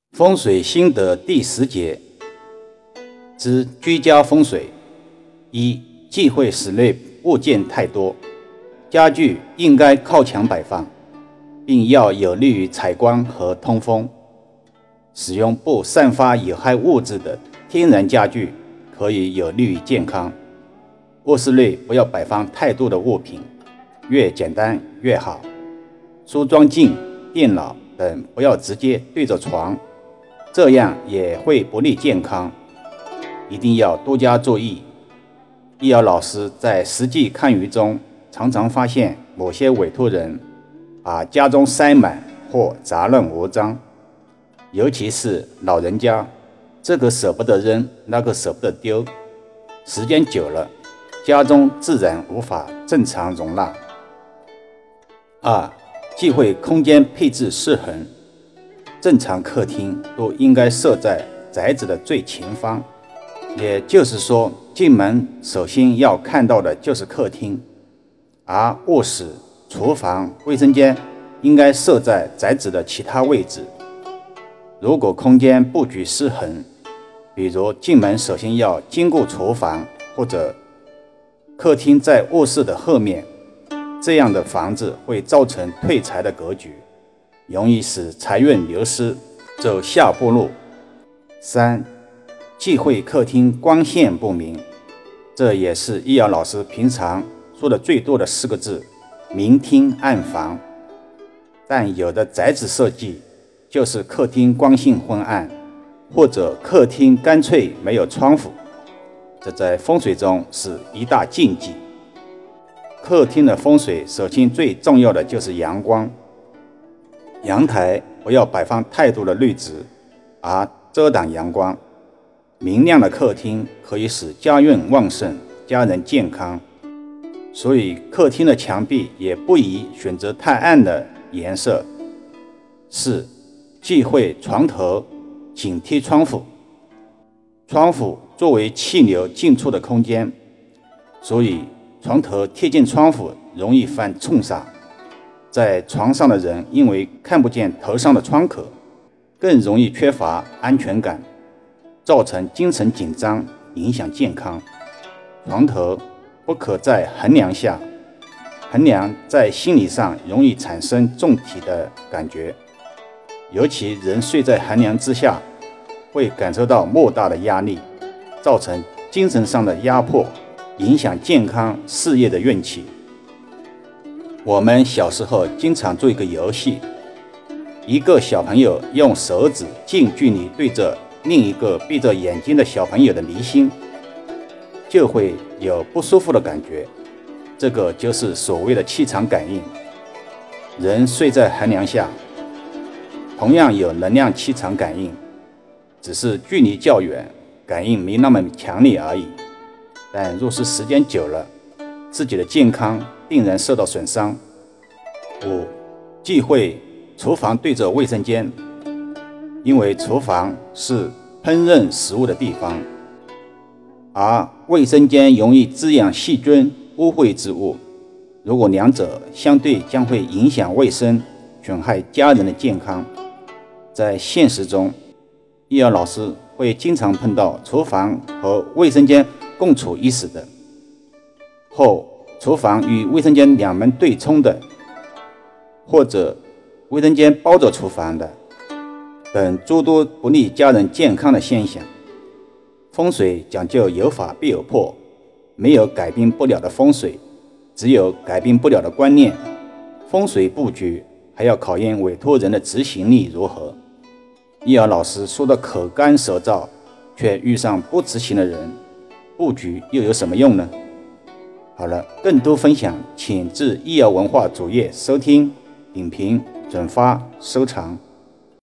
风水心得第10节之居家风水。一、忌讳室内物件太多，家具应该靠墙摆放，并要有利于采光和通风。使用不散发有害物质的天然家具可以有利于健康。卧室内不要摆放太多的物品，越简单越好。梳妆镜、电脑等不要直接对着床，这样也会不利健康，一定要多加注意。易遥老师在实际看鱼中常常发现某些委托人把家中塞满或杂乱无章，尤其是老人家，这个舍不得扔，那个舍不得丢，时间久了，家中自然无法正常容纳。二、忌讳空间配置失衡，正常客厅都应该设在宅子的最前方，也就是说，进门首先要看到的就是客厅，而卧室、厨房、卫生间应该设在宅子的其他位置。如果空间布局失衡，比如进门首先要经过厨房，或者客厅在卧室的后面，这样的房子会造成退财的格局，容易使财运流失，走下坡路。三、忌讳客厅光线不明，这也是易遥老师平常说的最多的4个字：明厅暗房。但有的宅子设计就是客厅光线昏暗，或者客厅干脆没有窗户，这在风水中是一大禁忌。客厅的风水首先最重要的就是阳光，阳台不要摆放太多的绿植，而遮挡阳光。明亮的客厅可以使家运旺盛，家人健康，所以客厅的墙壁也不宜选择太暗的颜色。4、忌讳床头紧贴窗户。窗户作为气流进出的空间，所以床头贴近窗户容易犯冲煞。在床上的人因为看不见头上的窗口，更容易缺乏安全感，造成精神紧张，影响健康。床头不可在横梁下，横梁在心理上容易产生重体的感觉，尤其人睡在横梁之下，会感受到莫大的压力，造成精神上的压迫，影响健康事业的运气。我们小时候经常做一个游戏，一个小朋友用手指近距离对着另一个闭着眼睛的小朋友的离心，就会有不舒服的感觉，这个就是所谓的气场感应。人睡在横梁下，同样有能量气场感应，只是距离较远，感应没那么强烈而已。但若是时间久了，自己的健康定然受到损伤。5、忌讳厨房对着卫生间，因为厨房是烹饪食物的地方，而卫生间容易滋养细菌、污秽之物，如果两者相对，将会影响卫生，损害家人的健康。在现实中，易遥老师会经常碰到厨房和卫生间共处一室的，或厨房与卫生间两门对冲的，或者卫生间包着厨房的，等诸多不利家人健康的现象。风水讲究有法必有破，没有改变不了的风水，只有改变不了的观念。风水布局还要考验委托人的执行力如何。易遥老师说的口干舌燥，却遇上不执行的人，布局又有什么用呢？好了，更多分享请至易遥文化主页收听、点评、转发、收藏。